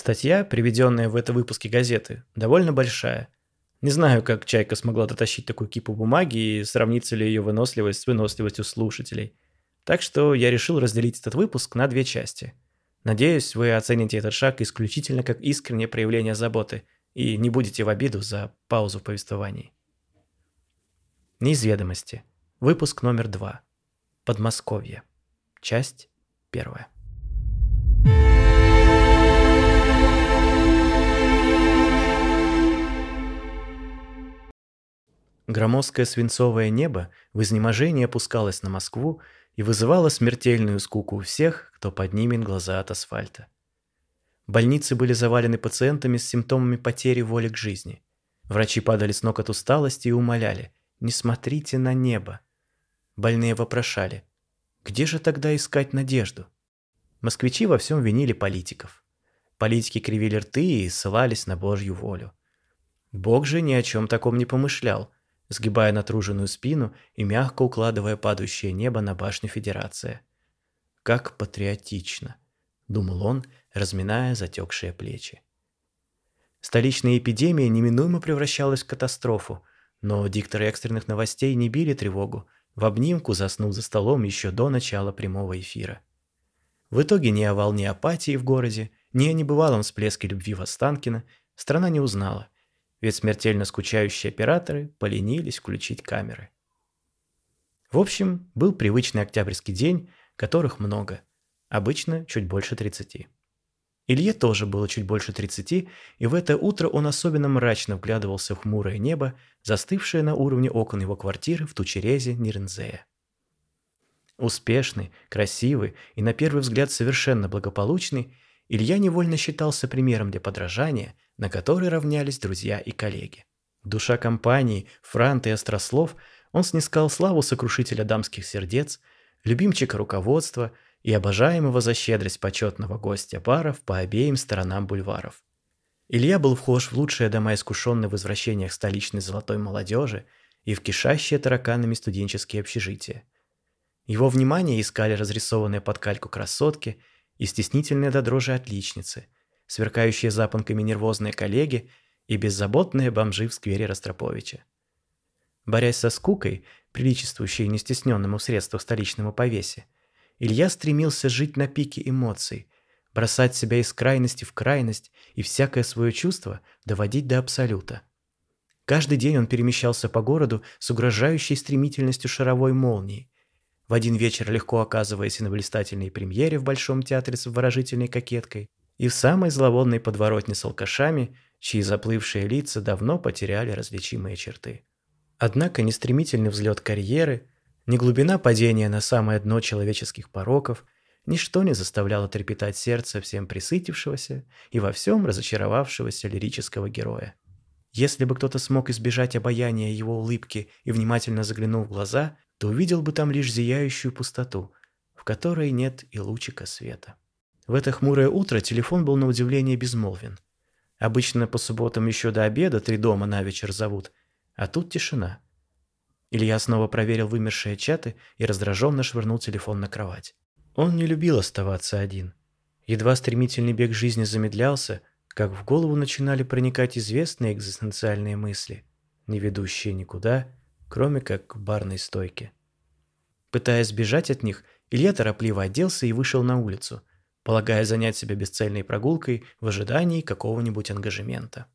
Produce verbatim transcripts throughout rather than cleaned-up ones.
Статья, приведенная в этом выпуске газеты, довольно большая. Не знаю, как Чайка смогла дотащить такую кипу бумаги и сравнится ли ее выносливость с выносливостью слушателей. Так что я решил разделить этот выпуск на две части. Надеюсь, вы оцените этот шаг исключительно как искреннее проявление заботы и не будете в обиду за паузу в повествовании. Неизведомости. Выпуск номер два. Подмосковье. Часть первая. Громоздкое свинцовое небо в изнеможении опускалось на Москву и вызывало смертельную скуку у всех, кто поднимет глаза от асфальта. Больницы были завалены пациентами с симптомами потери воли к жизни. Врачи падали с ног от усталости и умоляли: «Не смотрите на небо». Больные вопрошали: «Где же тогда искать надежду?» Москвичи во всем винили политиков. Политики кривили рты и ссылались на Божью волю. Бог же ни о чем таком не помышлял, сгибая натруженную спину и мягко укладывая падающее небо на башню Федерации. «Как патриотично», — думал он, разминая затекшие плечи. Столичная эпидемия неминуемо превращалась в катастрофу, но дикторы экстренных новостей не били тревогу, в обнимку заснул за столом еще до начала прямого эфира. В итоге ни о волне апатии в городе, ни о небывалом всплеске любви в Останкино страна не узнала, ведь смертельно скучающие операторы поленились включить камеры. В общем, был привычный октябрьский день, которых много, обычно чуть больше тридцати. Илье тоже было чуть больше тридцати, и в это утро он особенно мрачно вглядывался в хмурое небо, застывшее на уровне окон его квартиры в Тучерезе Нернзея. Успешный, красивый и на первый взгляд совершенно благополучный, Илья невольно считался примером для подражания, на который равнялись друзья и коллеги. Душа компании, франт и острослов, он снискал славу сокрушителя дамских сердец, любимчика руководства и обожаемого за щедрость почетного гостя баров по обеим сторонам бульваров. Илья был вхож в лучшие дома искушенной в извращениях столичной золотой молодежи и в кишащие тараканами студенческие общежития. Его внимание искали разрисованные под кальку красотки и стеснительные до дрожи отличницы, сверкающие запонками нервозные коллеги и беззаботные бомжи в сквере Ростроповича. Борясь со скукой, приличествующей нестесненному в средствах столичному повесе, Илья стремился жить на пике эмоций, бросать себя из крайности в крайность и всякое свое чувство доводить до абсолюта. Каждый день он перемещался по городу с угрожающей стремительностью шаровой молнии, в один вечер легко оказываясь на блистательной премьере в Большом театре с обворожительной кокеткой и в самой зловонной подворотне с алкашами, чьи заплывшие лица давно потеряли различимые черты. Однако ни стремительный взлет карьеры, ни глубина падения на самое дно человеческих пороков, ничто не заставляло трепетать сердце всем пресытившегося и во всем разочаровавшегося лирического героя. Если бы кто-то смог избежать обаяния его улыбки и внимательно заглянул в глаза, то увидел бы там лишь зияющую пустоту, в которой нет и лучика света. В это хмурое утро телефон был на удивление безмолвен. Обычно по субботам еще до обеда три дома на вечер зовут, а тут тишина. Илья снова проверил вымершие чаты и раздраженно швырнул телефон на кровать. Он не любил оставаться один. Едва стремительный бег жизни замедлялся, как в голову начинали проникать известные экзистенциальные мысли, не ведущие никуда, кроме как к барной стойке. Пытаясь сбежать от них, Илья торопливо оделся и вышел на улицу, полагая занять себя бесцельной прогулкой в ожидании какого-нибудь ангажемента.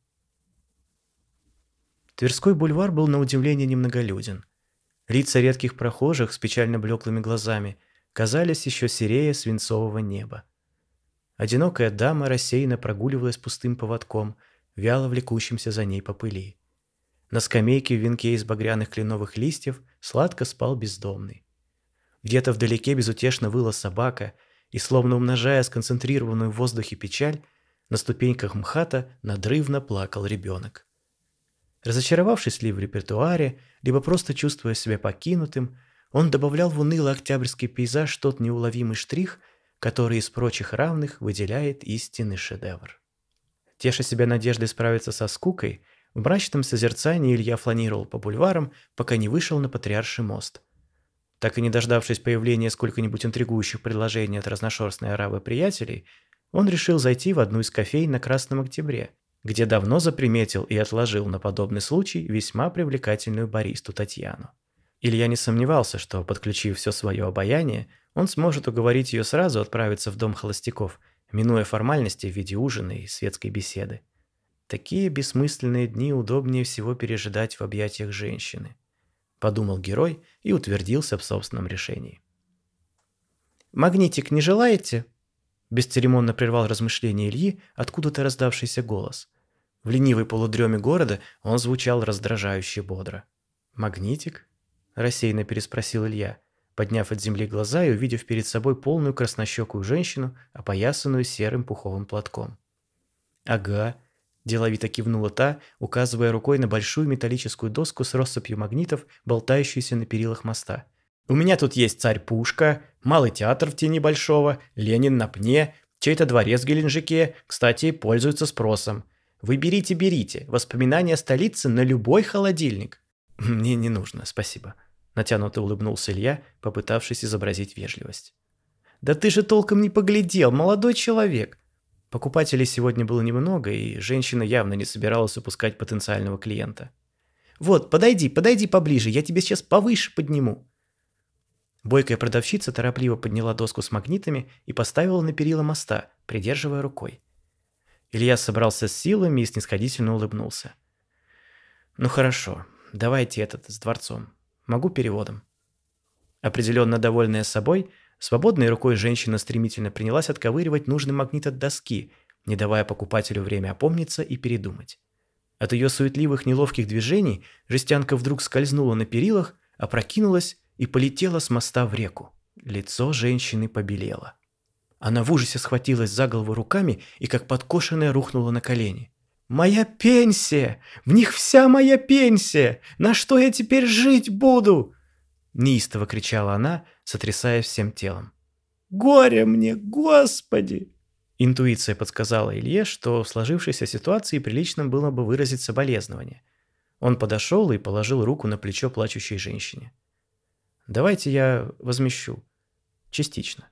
Тверской бульвар был на удивление немноголюден. Лица редких прохожих с печально блеклыми глазами казались еще серее свинцового неба. Одинокая дама рассеянно прогуливалась пустым поводком, вяло влекущимся за ней по пыли. На скамейке в венке из багряных кленовых листьев сладко спал бездомный. Где-то вдалеке безутешно выла собака, и, словно умножая сконцентрированную в воздухе печаль, на ступеньках МХАТа надрывно плакал ребенок. Разочаровавшись ли в репертуаре, либо просто чувствуя себя покинутым, он добавлял в унылый октябрьский пейзаж тот неуловимый штрих, который из прочих равных выделяет истинный шедевр. Теша себя надеждой справиться со скукой, в мрачном созерцании Илья фланировал по бульварам, пока не вышел на Патриарший мост. Так и не дождавшись появления сколько-нибудь интригующих предложений от разношерстной оравы приятелей, Он решил зайти в одну из кофеен на Красном Октябре, где давно заприметил и отложил на подобный случай весьма привлекательную баристу Татьяну. Илья не сомневался, что, подключив все свое обаяние, он сможет уговорить ее сразу отправиться в дом холостяков, минуя формальности в виде ужина и светской беседы. Такие бессмысленные дни удобнее всего пережидать в объятиях женщины, подумал герой и утвердился в собственном решении. «Магнитик не желаете?» Бесцеремонно прервал размышления Ильи откуда-то раздавшийся голос. В ленивой полудреме города он звучал раздражающе бодро. «Магнитик?» – рассеянно переспросил Илья, подняв от земли глаза и увидев перед собой полную краснощекую женщину, опоясанную серым пуховым платком. «Ага», – деловито кивнула та, указывая рукой на большую металлическую доску с россыпью магнитов, болтающуюся на перилах моста. «У меня тут есть царь-пушка, малый театр в тени большого, Ленин на пне, чей-то дворец в Геленджике, кстати, пользуется спросом. Вы берите, берите, воспоминания столицы на любой холодильник». «Мне не нужно, спасибо», – натянуто улыбнулся Илья, попытавшись изобразить вежливость. «Да ты же толком не поглядел, молодой человек!» Покупателей сегодня было немного, и женщина явно не собиралась упускать потенциального клиента. «Вот, подойди, подойди поближе, я тебе сейчас повыше подниму». Бойкая продавщица торопливо подняла доску с магнитами и поставила на перила моста, придерживая рукой. Илья собрался с силами и снисходительно улыбнулся. «Ну хорошо, давайте этот с дворцом. Могу переводом». Определенно довольная собой, свободной рукой женщина стремительно принялась отковыривать нужный магнит от доски, не давая покупателю время опомниться и передумать. От ее суетливых неловких движений жестянка вдруг скользнула на перилах, опрокинулась и полетела с моста в реку. Лицо женщины побелело. Она в ужасе схватилась за голову руками и, как подкошенная, рухнула на колени. «Моя пенсия! В них вся моя пенсия! На что я теперь жить буду?» Неистово кричала она, сотрясаясь всем телом. «Горе мне, Господи!» Интуиция подсказала Илье, что в сложившейся ситуации прилично было бы выразить соболезнование. Он подошел и положил руку на плечо плачущей женщине. «Давайте я возмещу. Частично».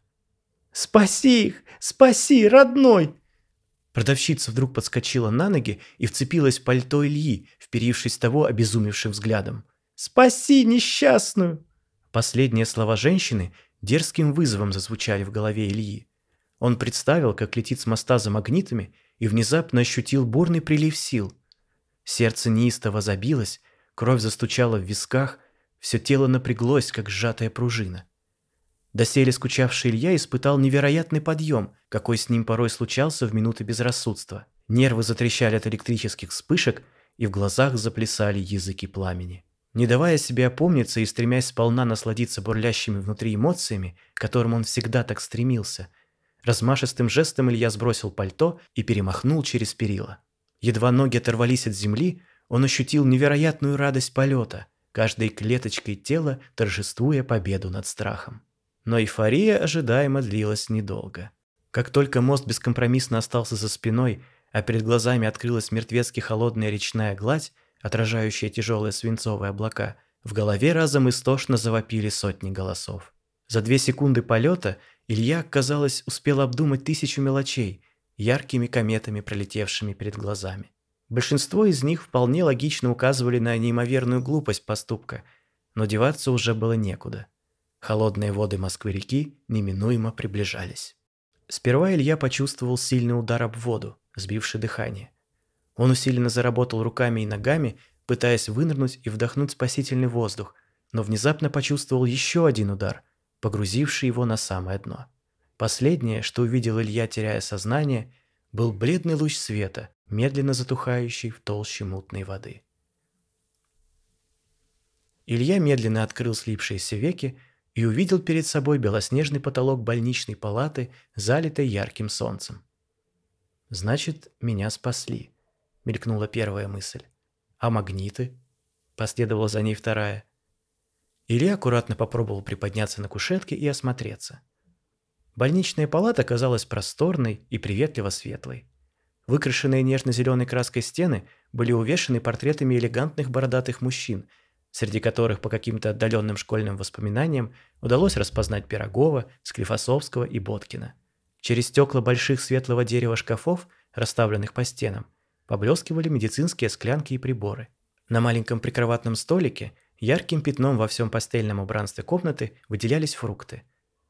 «Спаси их! Спаси, родной!» Продавщица вдруг подскочила на ноги и вцепилась в пальто Ильи, вперившись того обезумевшим взглядом. «Спаси несчастную!» Последние слова женщины дерзким вызовом зазвучали в голове Ильи. Он представил, как летит с моста за магнитами, и внезапно ощутил бурный прилив сил. Сердце неистово забилось, кровь застучала в висках, все тело напряглось, как сжатая пружина. Доселе скучавший Илья испытал невероятный подъем, какой с ним порой случался в минуты безрассудства. Нервы затрещали от электрических вспышек, и в глазах заплясали языки пламени. Не давая себе опомниться и стремясь сполна насладиться бурлящими внутри эмоциями, к которым он всегда так стремился, размашистым жестом Илья сбросил пальто и перемахнул через перила. Едва ноги оторвались от земли, он ощутил невероятную радость полета, каждой клеточкой тела торжествуя победу над страхом. Но эйфория ожидаемо длилась недолго. Как только мост бескомпромиссно остался за спиной, а перед глазами открылась мертвецки холодная речная гладь, отражающая тяжелые свинцовые облака, в голове разом истошно завопили сотни голосов. За две секунды полета Илья, казалось, успел обдумать тысячу мелочей, яркими кометами пролетевшими перед глазами. Большинство из них вполне логично указывали на неимоверную глупость поступка, но деваться уже было некуда. Холодные воды Москвы-реки неминуемо приближались. Сперва Илья почувствовал сильный удар об воду, сбивший дыхание. Он усиленно заработал руками и ногами, пытаясь вынырнуть и вдохнуть спасительный воздух, но внезапно почувствовал еще один удар, погрузивший его на самое дно. Последнее, что увидел Илья, теряя сознание, был бледный луч света, медленно затухающий в толще мутной воды. Илья медленно открыл слипшиеся веки и увидел перед собой белоснежный потолок больничной палаты, залитой ярким солнцем. «Значит, меня спасли», — мелькнула первая мысль. «А магниты?» — последовала за ней вторая. Илья аккуратно попробовал приподняться на кушетке и осмотреться. Больничная палата казалась просторной и приветливо светлой. Выкрашенные нежно-зеленой краской стены были увешаны портретами элегантных бородатых мужчин, среди которых по каким-то отдаленным школьным воспоминаниям удалось распознать Пирогова, Склифосовского и Боткина. Через стекла больших светлого дерева шкафов, расставленных по стенам, поблескивали медицинские склянки и приборы. На маленьком прикроватном столике ярким пятном во всем пастельном убранстве комнаты выделялись фрукты.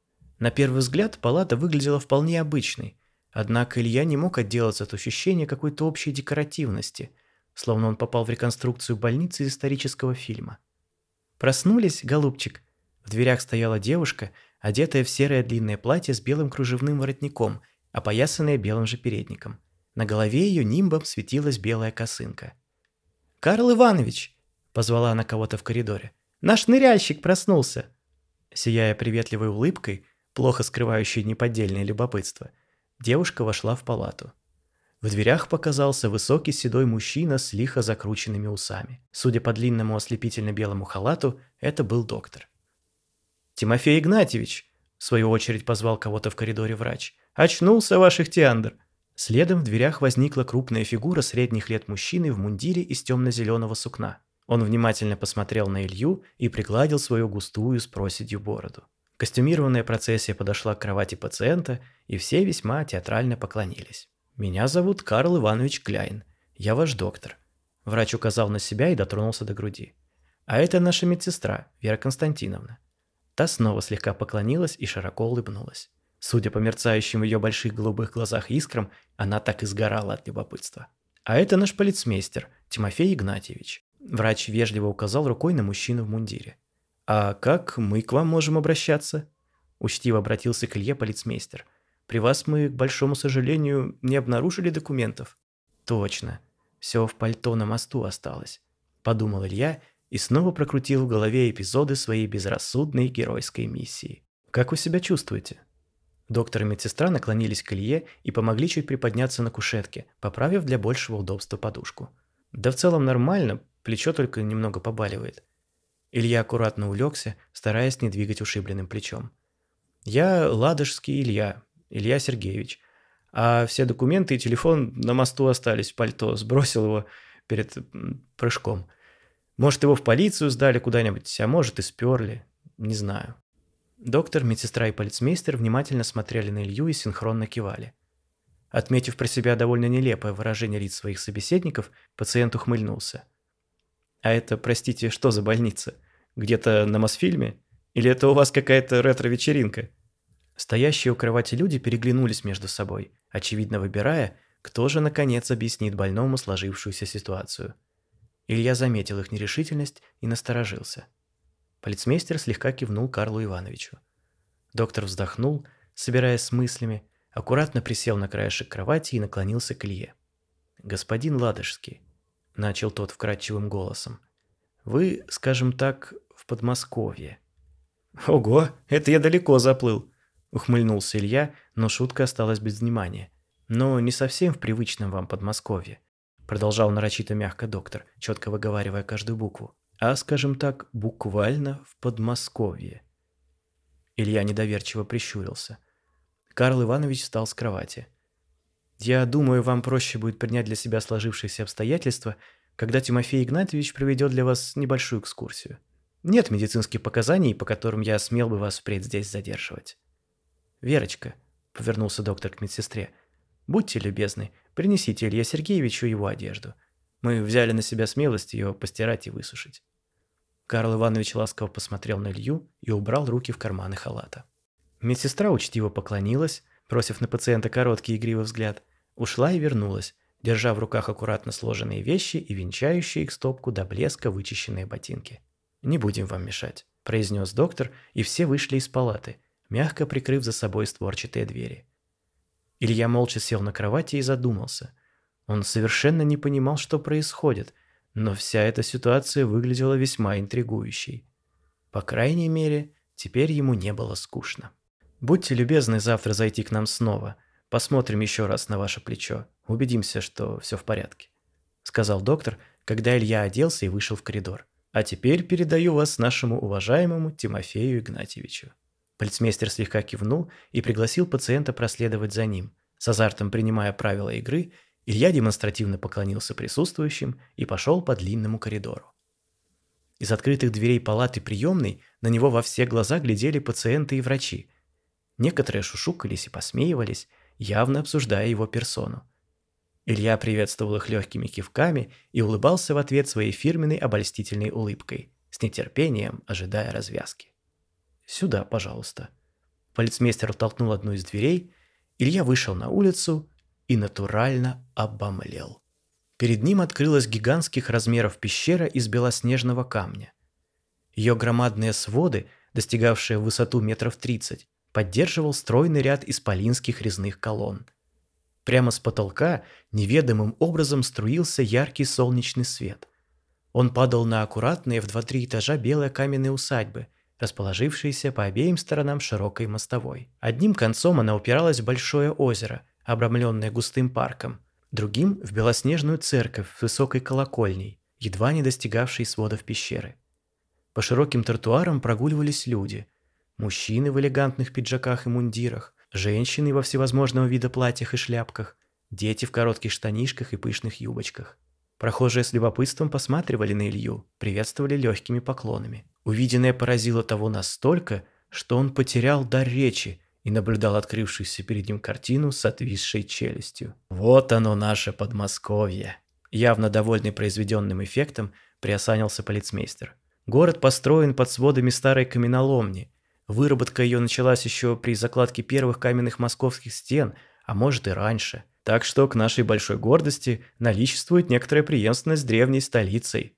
На первый взгляд палата выглядела вполне обычной, однако Илья не мог отделаться от ощущения какой-то общей декоративности, словно он попал в реконструкцию больницы из исторического фильма. «Проснулись, голубчик?» В дверях стояла девушка, одетая в серое длинное платье с белым кружевным воротником, опоясанная белым же передником. На голове ее нимбом светилась белая косынка. «Карл Иванович!» – позвала она кого-то в коридоре. «Наш ныряльщик проснулся!» Сияя приветливой улыбкой, плохо скрывающей неподдельное любопытство, девушка вошла в палату. В дверях показался высокий седой мужчина с лихо закрученными усами. Судя по длинному ослепительно-белому халату, это был доктор. «Тимофей Игнатьевич!» – в свою очередь позвал кого-то в коридоре врач. «Очнулся ваш Ихтиандр!» Следом в дверях возникла крупная фигура средних лет мужчины в мундире из темно-зеленого сукна. Он внимательно посмотрел на Илью и пригладил свою густую с проседью бороду. Костюмированная процессия подошла к кровати пациента, и все весьма театрально поклонились. «Меня зовут Карл Иванович Кляйн. Я ваш доктор». Врач указал на себя и дотронулся до груди. «А это наша медсестра, Вера Константиновна». Та снова слегка поклонилась и широко улыбнулась. Судя по мерцающим в ее больших голубых глазах искрам, она так и сгорала от любопытства. «А это наш полицмейстер, Тимофей Игнатьевич». Врач вежливо указал рукой на мужчину в мундире. «А как мы к вам можем обращаться?» Учтиво обратился к Илье полицмейстер. «При вас мы, к большому сожалению, не обнаружили документов». «Точно. Все в пальто на мосту осталось», – подумал Илья и снова прокрутил в голове эпизоды своей безрассудной геройской миссии. «Как вы себя чувствуете?» Доктор и медсестра наклонились к Илье и помогли чуть приподняться на кушетке, поправив для большего удобства подушку. «Да в целом нормально, плечо только немного побаливает». Илья аккуратно улегся, стараясь не двигать ушибленным плечом. «Я Ладожский Илья, Илья Сергеевич, а все документы и телефон на мосту остались в пальто, сбросил его перед прыжком. Может, его в полицию сдали куда-нибудь, а может и сперли, не знаю». Доктор, медсестра и полицмейстер внимательно смотрели на Илью и синхронно кивали. Отметив про себя довольно нелепое выражение лиц своих собеседников, пациент ухмыльнулся. «А это, простите, что за больница? Где-то на Мосфильме? Или это у вас какая-то ретро-вечеринка?» Стоящие у кровати люди переглянулись между собой, очевидно выбирая, кто же наконец объяснит больному сложившуюся ситуацию. Илья заметил их нерешительность и насторожился. Полицмейстер слегка кивнул Карлу Ивановичу. Доктор вздохнул, собираясь с мыслями, аккуратно присел на краешек кровати и наклонился к Илье. «Господин Ладожский», — начал тот вкрадчивым голосом, — «вы, скажем так, в Подмосковье». «Ого, это я далеко заплыл», — ухмыльнулся Илья, но шутка осталась без внимания. «Но не совсем в привычном вам Подмосковье», — продолжал нарочито мягко доктор, четко выговаривая каждую букву. «А, скажем так, буквально в Подмосковье». Илья недоверчиво прищурился. Карл Иванович встал с кровати. «Я думаю, вам проще будет принять для себя сложившиеся обстоятельства, когда Тимофей Игнатьевич проведет для вас небольшую экскурсию. Нет медицинских показаний, по которым я смел бы вас впредь здесь задерживать». «Верочка», — повернулся доктор к медсестре, — «будьте любезны, принесите Илье Сергеевичу его одежду. Мы взяли на себя смелость ее постирать и высушить». Карл Иванович ласково посмотрел на Илью и убрал руки в карманы халата. Медсестра учтиво поклонилась, бросив на пациента короткий игривый взгляд, ушла и вернулась, держа в руках аккуратно сложенные вещи и венчающие их стопку до блеска вычищенные ботинки. «Не будем вам мешать», – произнес доктор, и все вышли из палаты, мягко прикрыв за собой створчатые двери. Илья молча сел на кровати и задумался. Он совершенно не понимал, что происходит, но вся эта ситуация выглядела весьма интригующей. По крайней мере, теперь ему не было скучно. «Будьте любезны завтра зайти к нам снова. Посмотрим еще раз на ваше плечо. Убедимся, что все в порядке», — сказал доктор, когда Илья оделся и вышел в коридор. «А теперь передаю вас нашему уважаемому Тимофею Игнатьевичу». Полицмейстер слегка кивнул и пригласил пациента проследовать за ним. С азартом принимая правила игры, Илья демонстративно поклонился присутствующим и пошел по длинному коридору. Из открытых дверей палаты приемной на него во все глаза глядели пациенты и врачи. Некоторые шушукались и посмеивались, явно обсуждая его персону. Илья приветствовал их легкими кивками и улыбался в ответ своей фирменной обольстительной улыбкой, с нетерпением ожидая развязки. «Сюда, пожалуйста». Полицмейстер толкнул одну из дверей, Илья вышел на улицу и натурально обомлел. Перед ним открылась гигантских размеров пещера из белоснежного камня. Ее громадные своды, достигавшие в высоту метров тридцать, поддерживал стройный ряд исполинских резных колонн. Прямо с потолка неведомым образом струился яркий солнечный свет. Он падал на аккуратные в два-три этажа белые каменные усадьбы, расположившиеся по обеим сторонам широкой мостовой. Одним концом она упиралась в большое озеро, обрамленное густым парком, другим – в белоснежную церковь с высокой колокольней, едва не достигавшей сводов пещеры. По широким тротуарам прогуливались люди. Мужчины в элегантных пиджаках и мундирах, женщины во всевозможного вида платьях и шляпках, дети в коротких штанишках и пышных юбочках. Прохожие с любопытством посматривали на Илью, приветствовали легкими поклонами. Увиденное поразило того настолько, что он потерял дар речи и наблюдал открывшуюся перед ним картину с отвисшей челюстью. «Вот оно, наше Подмосковье!» Явно довольный произведенным эффектом, приосанился полицмейстер. Город построен под сводами старой каменоломни. Выработка ее началась еще при закладке первых каменных московских стен, а может и раньше. Так что к нашей большой гордости наличествует некоторая преемственность с древней столицей.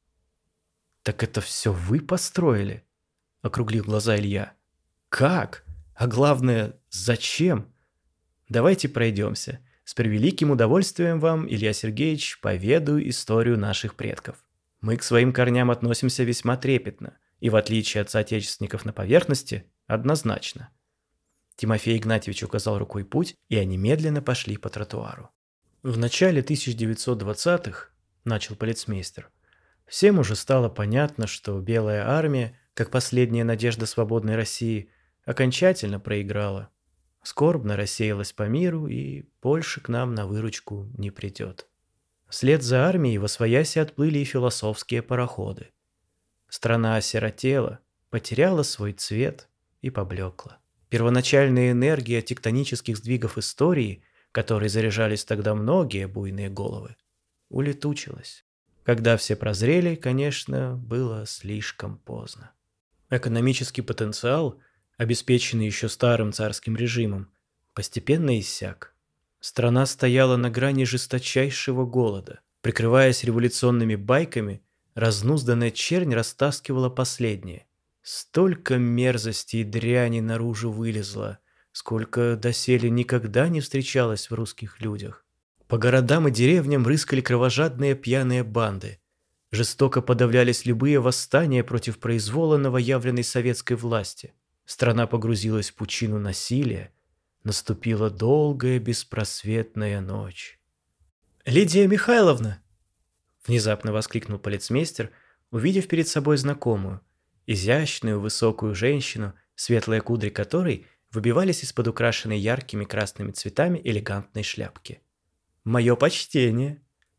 «Так это все вы построили?» – округлил глаза Илья. «Как? А главное, зачем? Давайте пройдемся. С превеликим удовольствием вам, Илья Сергеевич, поведаю историю наших предков. Мы к своим корням относимся весьма трепетно, и в отличие от соотечественников на поверхности, однозначно». Тимофей Игнатьевич указал рукой путь, и они медленно пошли по тротуару. «В начале тысяча девятьсот двадцатых, — начал полицмейстер, — всем уже стало понятно, что Белая армия, как последняя надежда свободной России, окончательно проиграла. Скорбно рассеялась по миру и больше к нам на выручку не придет. Вслед за армией восвояси отплыли и философские пароходы. Страна осиротела, потеряла свой цвет и поблекла. Первоначальная энергия тектонических сдвигов истории, которой заряжались тогда многие буйные головы, улетучилась. Когда все прозрели, конечно, было слишком поздно. Экономический потенциал, обеспеченный еще старым царским режимом, постепенно иссяк. Страна стояла на грани жесточайшего голода. Прикрываясь революционными байками, разнузданная чернь растаскивала последнее. Столько мерзости и дряни наружу вылезло, сколько доселе никогда не встречалось в русских людях. По городам и деревням рыскали кровожадные пьяные банды. Жестоко подавлялись любые восстания против произвола новоявленной советской власти. Страна погрузилась в пучину насилия. Наступила долгая беспросветная ночь. «Лидия Михайловна!» — внезапно воскликнул полицмейстер, увидев перед собой знакомую, изящную высокую женщину, светлые кудри которой выбивались из-под украшенной яркими красными цветами элегантной шляпки. «Мое почтение!»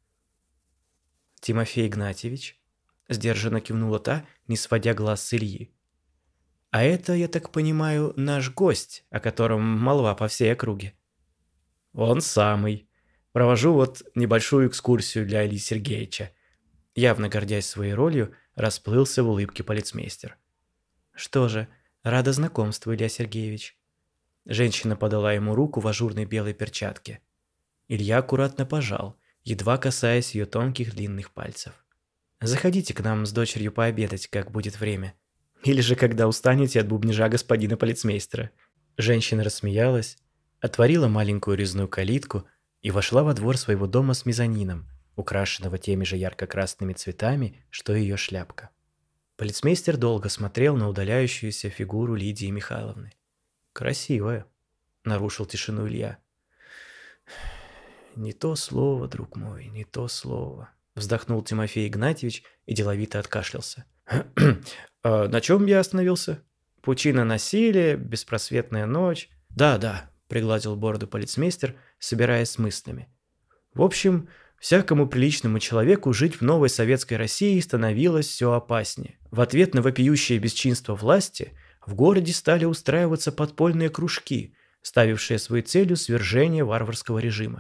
«Тимофей Игнатьевич», — сдержанно кивнула та, не сводя глаз с Ильи. «А это, я так понимаю, наш гость, о котором молва по всей округе». «Он самый. Провожу вот небольшую экскурсию для Ильи Сергеевича». Явно гордясь своей ролью, расплылся в улыбке полицмейстер. «Что же, рада знакомству, Илья Сергеевич». Женщина подала ему руку в ажурной белой перчатке. Илья аккуратно пожал, едва касаясь ее тонких длинных пальцев. «Заходите к нам с дочерью пообедать, как будет время. Или же когда устанете от бубнижа господина полицмейстера». Женщина рассмеялась, отворила маленькую резную калитку и вошла во двор своего дома с мезонином, украшенного теми же ярко-красными цветами, что и ее шляпка. Полицмейстер долго смотрел на удаляющуюся фигуру Лидии Михайловны. «Красивая», — нарушил тишину Илья. «Не то слово, друг мой, не то слово», — вздохнул Тимофей Игнатьевич и деловито откашлялся. «А на чем я остановился? Пучина насилия, беспросветная ночь». «Да, да», — пригладил бороду полицмейстер, собираясь с мыслями. «В общем, всякому приличному человеку жить в новой советской России становилось все опаснее. В ответ на вопиющее бесчинство власти в городе стали устраиваться подпольные кружки, ставившие своей целью свержение варварского режима.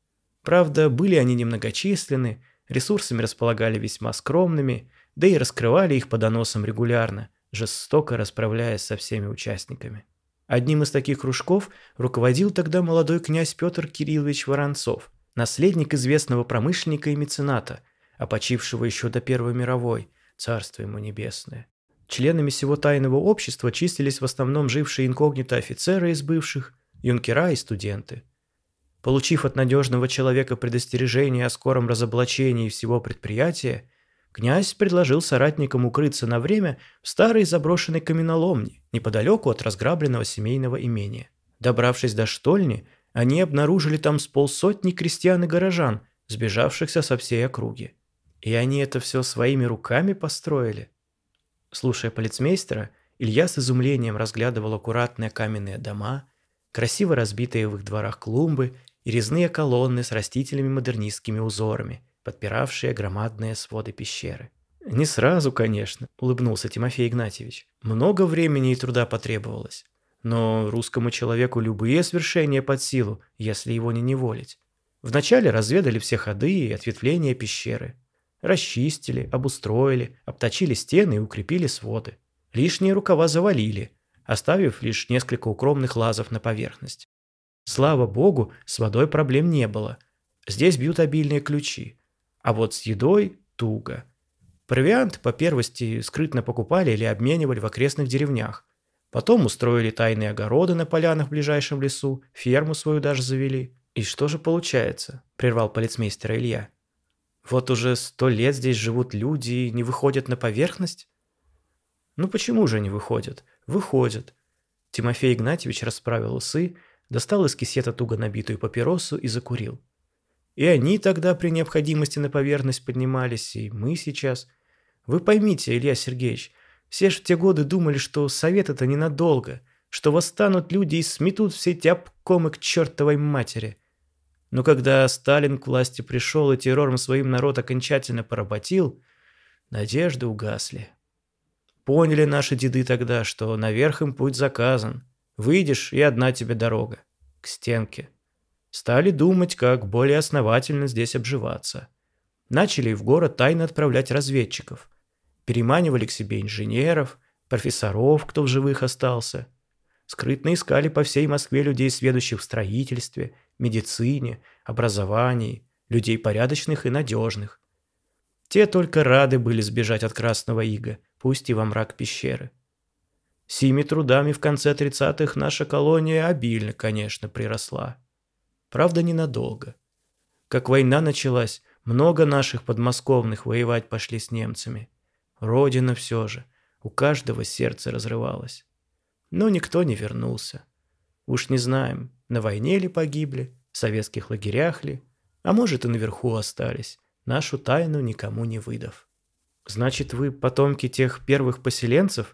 Правда, были они немногочисленны, ресурсами располагали весьма скромными, да и раскрывали их по доносам регулярно, жестоко расправляясь со всеми участниками. Одним из таких кружков руководил тогда молодой князь Петр Кириллович Воронцов, наследник известного промышленника и мецената, опочившего еще до Первой мировой, царство ему небесное. Членами сего тайного общества числились в основном жившие инкогнито офицеры из бывших, юнкера и студенты. Получив от надежного человека предостережение о скором разоблачении всего предприятия, князь предложил соратникам укрыться на время в старой заброшенной каменоломне, неподалеку от разграбленного семейного имения. Добравшись до штольни, они обнаружили там с полсотни крестьян и горожан, сбежавшихся со всей округи. И они это все своими руками построили? Слушая полицмейстера, Илья с изумлением разглядывал аккуратные каменные дома, красиво разбитые в их дворах клумбы и резные колонны с растительными модернистскими узорами, подпиравшие громадные своды пещеры. «Не сразу, конечно», — улыбнулся Тимофей Игнатьевич. «Много времени и труда потребовалось. Но русскому человеку любые свершения под силу, если его не неволить. Вначале разведали все ходы и ответвления пещеры. Расчистили, обустроили, обточили стены и укрепили своды. Лишние рукава завалили, оставив лишь несколько укромных лазов на поверхность. Слава богу, с водой проблем не было. Здесь бьют обильные ключи. А вот с едой туго. Провиант, по первости, скрытно покупали или обменивали в окрестных деревнях. Потом устроили тайные огороды на полянах в ближайшем лесу, ферму свою даже завели. «И что же получается?» – прервал полицмейстера Илья. «Вот уже сто лет здесь живут люди и не выходят на поверхность?» «Ну почему же не выходят? Выходят». Тимофей Игнатьевич расправил усы, достал из кисета туго набитую папиросу и закурил. «И они тогда при необходимости на поверхность поднимались, и мы сейчас. Вы поймите, Илья Сергеевич, все же в те годы думали, что совет это ненадолго, что восстанут люди и сметут все эти обкомы к чертовой матери. Но когда Сталин к власти пришел и террором своим народ окончательно поработил, надежды угасли. Поняли наши деды тогда, что наверх им путь заказан. Выйдешь, и одна тебе дорога. К стенке. Стали думать, как более основательно здесь обживаться. Начали в город тайно отправлять разведчиков. Переманивали к себе инженеров, профессоров, кто в живых остался. Скрытно искали по всей Москве людей, сведущих в строительстве, медицине, образовании, людей порядочных и надежных. Те только рады были сбежать от Красного Ига, пусть и во мрак пещеры. Сими трудами в конце тридцатых наша колония обильно, конечно, приросла. Правда, ненадолго. Как война началась, много наших подмосковных воевать пошли с немцами. Родина все же, у каждого сердце разрывалось. Но никто не вернулся. Уж не знаем, на войне ли погибли, в советских лагерях ли, а может и наверху остались, нашу тайну никому не выдав. Значит, вы потомки тех первых поселенцев?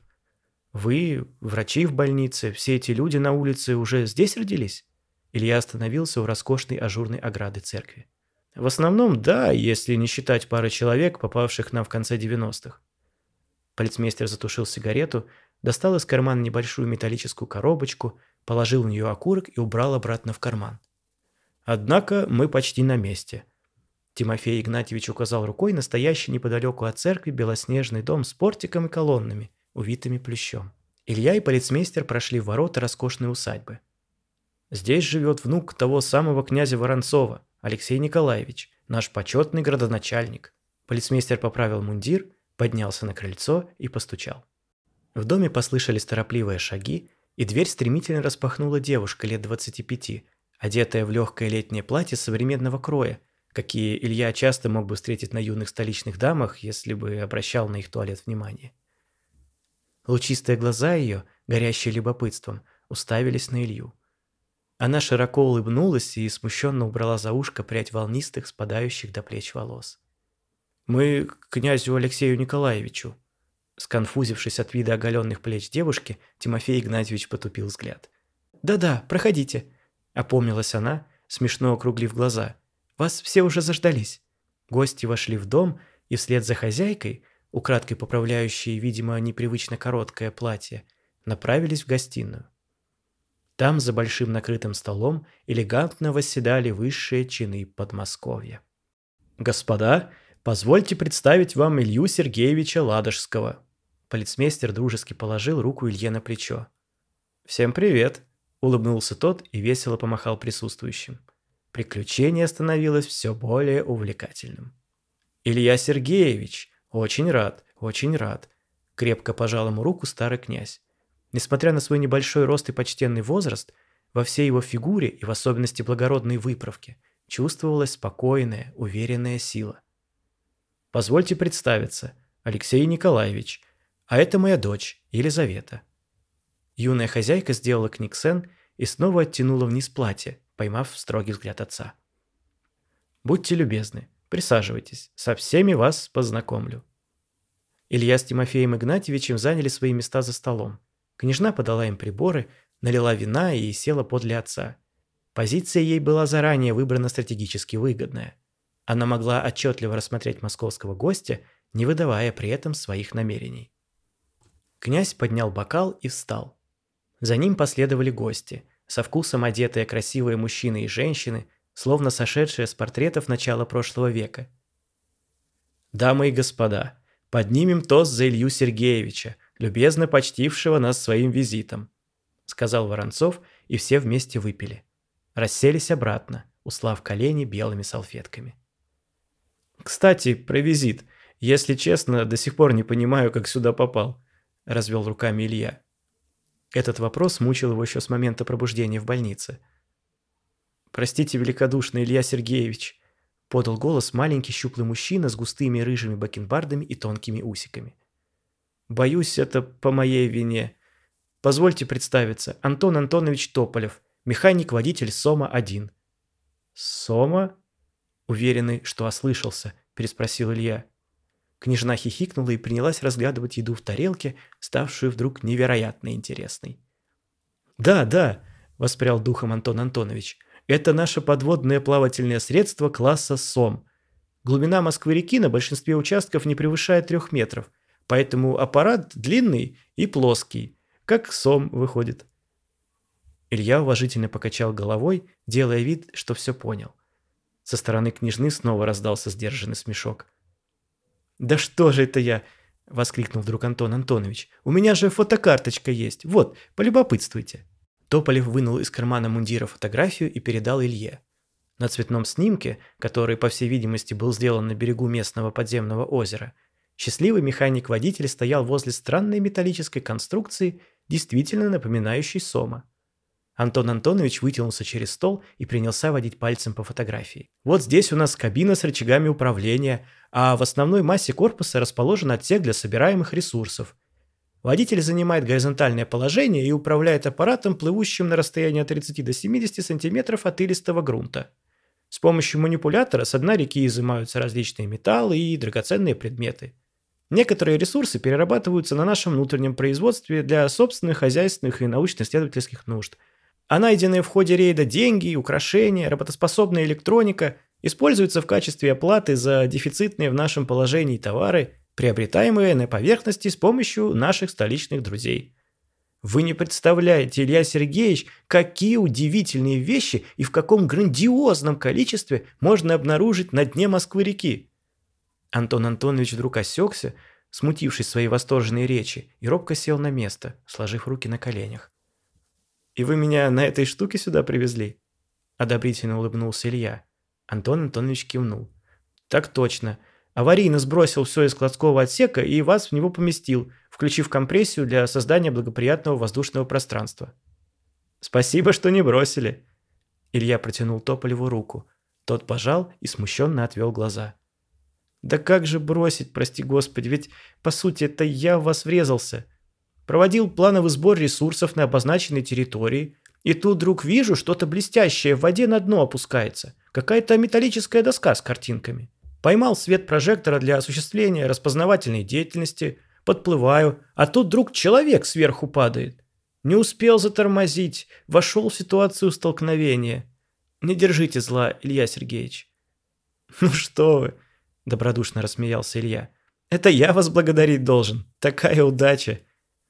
Вы, врачи в больнице, все эти люди на улице уже здесь родились? Илья остановился у роскошной ажурной ограды церкви. В основном, да, если не считать пары человек, попавших к нам в конце девяностых. Полицмейстер затушил сигарету, достал из кармана небольшую металлическую коробочку, положил в нее окурок и убрал обратно в карман. Однако мы почти на месте. Тимофей Игнатьевич указал рукой на стоящий неподалеку от церкви белоснежный дом с портиком и колоннами, увитыми плющом. Илья и полицмейстер прошли в ворота роскошной усадьбы. Здесь живет внук того самого князя Воронцова, Алексей Николаевич, наш почетный градоначальник. Полицмейстер поправил мундир, поднялся на крыльцо и постучал. В доме послышались торопливые шаги, и дверь стремительно распахнула девушка лет двадцати пяти, одетая в легкое летнее платье современного кроя, какие Илья часто мог бы встретить на юных столичных дамах, если бы обращал на их туалет внимание. Лучистые глаза ее, горящие любопытством, уставились на Илью. Она широко улыбнулась и смущенно убрала за ушко прядь волнистых, спадающих до плеч волос. «Мы к князю Алексею Николаевичу». Сконфузившись от вида оголенных плеч девушки, Тимофей Игнатьевич потупил взгляд. «Да-да, проходите», — опомнилась она, смешно округлив глаза. «Вас все уже заждались». Гости вошли в дом, и вслед за хозяйкой, украдкой поправляющей, видимо, непривычно короткое платье, направились в гостиную. Там, за большим накрытым столом, элегантно восседали высшие чины Подмосковья. «Господа, позвольте представить вам Илью Сергеевича Ладожского». Полицмейстер дружески положил руку Илье на плечо. «Всем привет», — улыбнулся тот и весело помахал присутствующим. Приключение становилось все более увлекательным. «Илья Сергеевич, очень рад, очень рад», — крепко пожал ему руку старый князь. Несмотря на свой небольшой рост и почтенный возраст, во всей его фигуре и в особенности благородной выправке чувствовалась спокойная, уверенная сила. «Позвольте представиться, Алексей Николаевич, а это моя дочь, Елизавета». Юная хозяйка сделала книксен и снова оттянула вниз платье, поймав строгий взгляд отца. «Будьте любезны, присаживайтесь, со всеми вас познакомлю». Илья с Тимофеем Игнатьевичем заняли свои места за столом. Княжна подала им приборы, налила вина и села подле отца. Позиция ей была заранее выбрана стратегически выгодная. Она могла отчетливо рассмотреть московского гостя, не выдавая при этом своих намерений. Князь поднял бокал и встал. За ним последовали гости, со вкусом одетые красивые мужчины и женщины, словно сошедшие с портретов начала прошлого века. «Дамы и господа, поднимем тост за Илью Сергеевича, любезно почтившего нас своим визитом», — сказал Воронцов, и все вместе выпили. Расселись обратно, услав колени белыми салфетками. «Кстати, про визит. Если честно, до сих пор не понимаю, как сюда попал», — развел руками Илья. Этот вопрос мучил его еще с момента пробуждения в больнице. «Простите великодушно, Илья Сергеевич», — подал голос маленький щуплый мужчина с густыми рыжими бакенбардами и тонкими усиками. «Боюсь, это по моей вине. Позвольте представиться, Антон Антонович Тополев, механик-водитель Сома-один». «Сома?» Уверенный, что ослышался, переспросил Илья. Княжна хихикнула и принялась разглядывать еду в тарелке, ставшую вдруг невероятно интересной. «Да, да», — воспрял духом Антон Антонович, — «это наше подводное плавательное средство класса Сом. Глубина Москвы-реки на большинстве участков не превышает трех метров, поэтому аппарат длинный и плоский, как Сом выходит». Илья уважительно покачал головой, делая вид, что все понял. Со стороны княжны снова раздался сдержанный смешок. «Да что же это я?» — воскликнул вдруг Антон Антонович. «У меня же фотокарточка есть. Вот, полюбопытствуйте». Тополев вынул из кармана мундира фотографию и передал Илье. На цветном снимке, который, по всей видимости, был сделан на берегу местного подземного озера, счастливый механик-водитель стоял возле странной металлической конструкции, действительно напоминающей Сома. Антон Антонович вытянулся через стол и принялся водить пальцем по фотографии. «Вот здесь у нас кабина с рычагами управления, а в основной массе корпуса расположен отсек для собираемых ресурсов. Водитель занимает горизонтальное положение и управляет аппаратом, плывущим на расстоянии от тридцати до семидесяти сантиметров от илистого грунта. С помощью манипулятора с дна реки изымаются различные металлы и драгоценные предметы. Некоторые ресурсы перерабатываются на нашем внутреннем производстве для собственных хозяйственных и научно-исследовательских нужд. А найденные в ходе рейда деньги, украшения, работоспособная электроника используются в качестве оплаты за дефицитные в нашем положении товары, приобретаемые на поверхности с помощью наших столичных друзей. Вы не представляете, Илья Сергеевич, какие удивительные вещи и в каком грандиозном количестве можно обнаружить на дне Москвы-реки». Антон Антонович вдруг осекся, смутившись своей восторженной речи, и робко сел на место, сложив руки на коленях. «И вы меня на этой штуке сюда привезли?» Одобрительно улыбнулся Илья. Антон Антонович кивнул. «Так точно. Аварийно сбросил все из складского отсека и вас в него поместил, включив компрессию для создания благоприятного воздушного пространства». «Спасибо, что не бросили». Илья протянул Тополеву руку. Тот пожал и смущенно отвел глаза. «Да как же бросить, прости господи, ведь, по сути, это я в вас врезался. Проводил плановый сбор ресурсов на обозначенной территории, и тут вдруг вижу, что-то блестящее в воде на дно опускается. Какая-то металлическая доска с картинками. Поймал свет прожектора для осуществления распознавательной деятельности, подплываю, а тут вдруг человек сверху падает. Не успел затормозить, вошел в ситуацию столкновения. Не держите зла, Илья Сергеевич». «Ну что вы», — добродушно рассмеялся Илья. «Это я вас благодарить должен. Такая удача».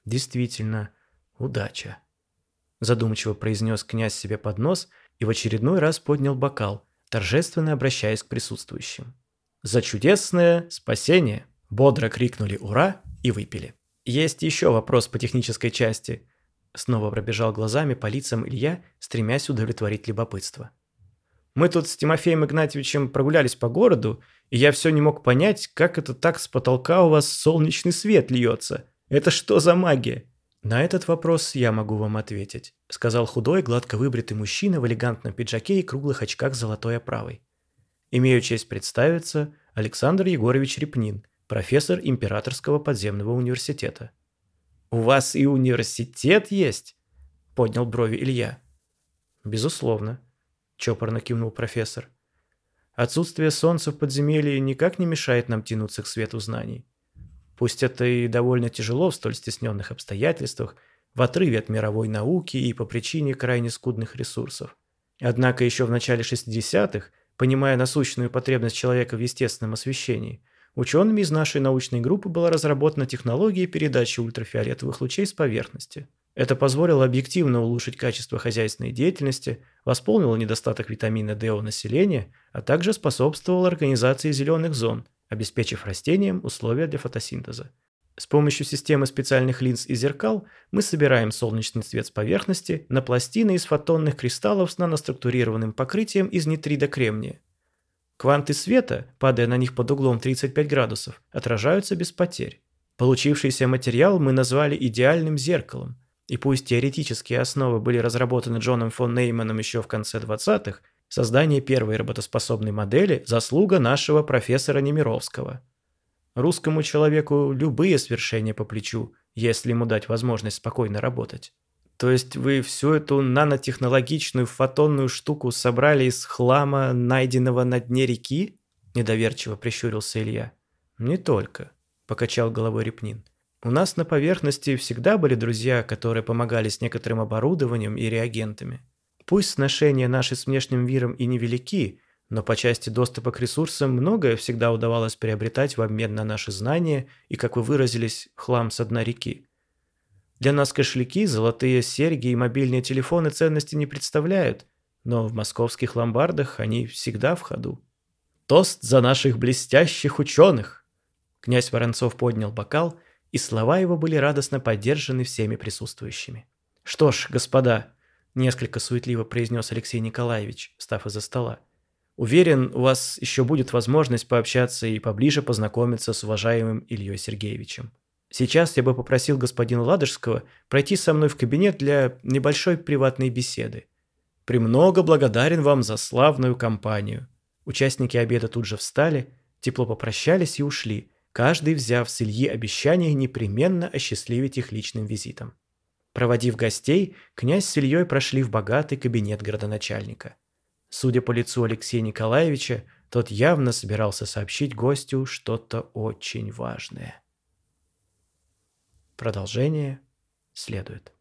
действительно, удача», – задумчиво произнес князь себе под нос и в очередной раз поднял бокал, торжественно обращаясь к присутствующим. «За чудесное спасение!» – бодро крикнули «Ура!» и выпили. «Есть еще вопрос по технической части», – снова пробежал глазами по лицам Илья, стремясь удовлетворить любопытство. «Мы тут с Тимофеем Игнатьевичем прогулялись по городу, и я все не мог понять, как это так с потолка у вас солнечный свет льется. Это что за магия?» «На этот вопрос я могу вам ответить», – сказал худой, гладко выбритый мужчина в элегантном пиджаке и круглых очках с золотой оправой. «Имею честь представиться, Александр Егорович Репнин, профессор Императорского подземного университета». «У вас и университет есть?» – поднял брови Илья. «Безусловно», – чопорно кивнул профессор. «Отсутствие солнца в подземелье никак не мешает нам тянуться к свету знаний. Пусть это и довольно тяжело в столь стесненных обстоятельствах, в отрыве от мировой науки и по причине крайне скудных ресурсов. Однако еще в начале шестидесятых, понимая насущную потребность человека в естественном освещении, учеными из нашей научной группы была разработана технология передачи ультрафиолетовых лучей с поверхности. Это позволило объективно улучшить качество хозяйственной деятельности, восполнило недостаток витамина D у населения, а также способствовало организации зеленых зон, обеспечив растениям условия для фотосинтеза. С помощью системы специальных линз и зеркал мы собираем солнечный свет с поверхности на пластины из фотонных кристаллов с наноструктурированным покрытием из нитрида кремния. Кванты света, падая на них под углом тридцать пять градусов, отражаются без потерь. Получившийся материал мы назвали идеальным зеркалом, и пусть теоретические основы были разработаны Джоном фон Нейманом еще в конце двадцатых, создание первой работоспособной модели – заслуга нашего профессора Немировского. Русскому человеку любые свершения по плечу, если ему дать возможность спокойно работать. То есть вы всю эту нанотехнологичную фотонную штуку собрали из хлама, найденного на дне реки? Недоверчиво прищурился Илья. Не только, покачал головой Репнин. У нас на поверхности всегда были друзья, которые помогали с некоторым оборудованием и реагентами. Пусть сношения наши с внешним миром и невелики, но по части доступа к ресурсам многое всегда удавалось приобретать в обмен на наши знания и, как вы выразились, хлам со дна реки. Для нас кошельки, золотые серьги и мобильные телефоны ценности не представляют, но в московских ломбардах они всегда в ходу. Тост за наших блестящих ученых! Князь Воронцов поднял бокал, и слова его были радостно поддержаны всеми присутствующими. «Что ж, господа», – несколько суетливо произнес Алексей Николаевич, встав из-за стола, «уверен, у вас еще будет возможность пообщаться и поближе познакомиться с уважаемым Ильей Сергеевичем. Сейчас я бы попросил господина Ладожского пройти со мной в кабинет для небольшой приватной беседы. Премного благодарен вам за славную компанию». Участники обеда тут же встали, тепло попрощались и ушли, каждый взяв с Ильи обещание непременно осчастливить их личным визитом. Проводив гостей, князь с Ильей прошли в богатый кабинет градоначальника. Судя по лицу Алексея Николаевича, тот явно собирался сообщить гостю что-то очень важное. Продолжение следует.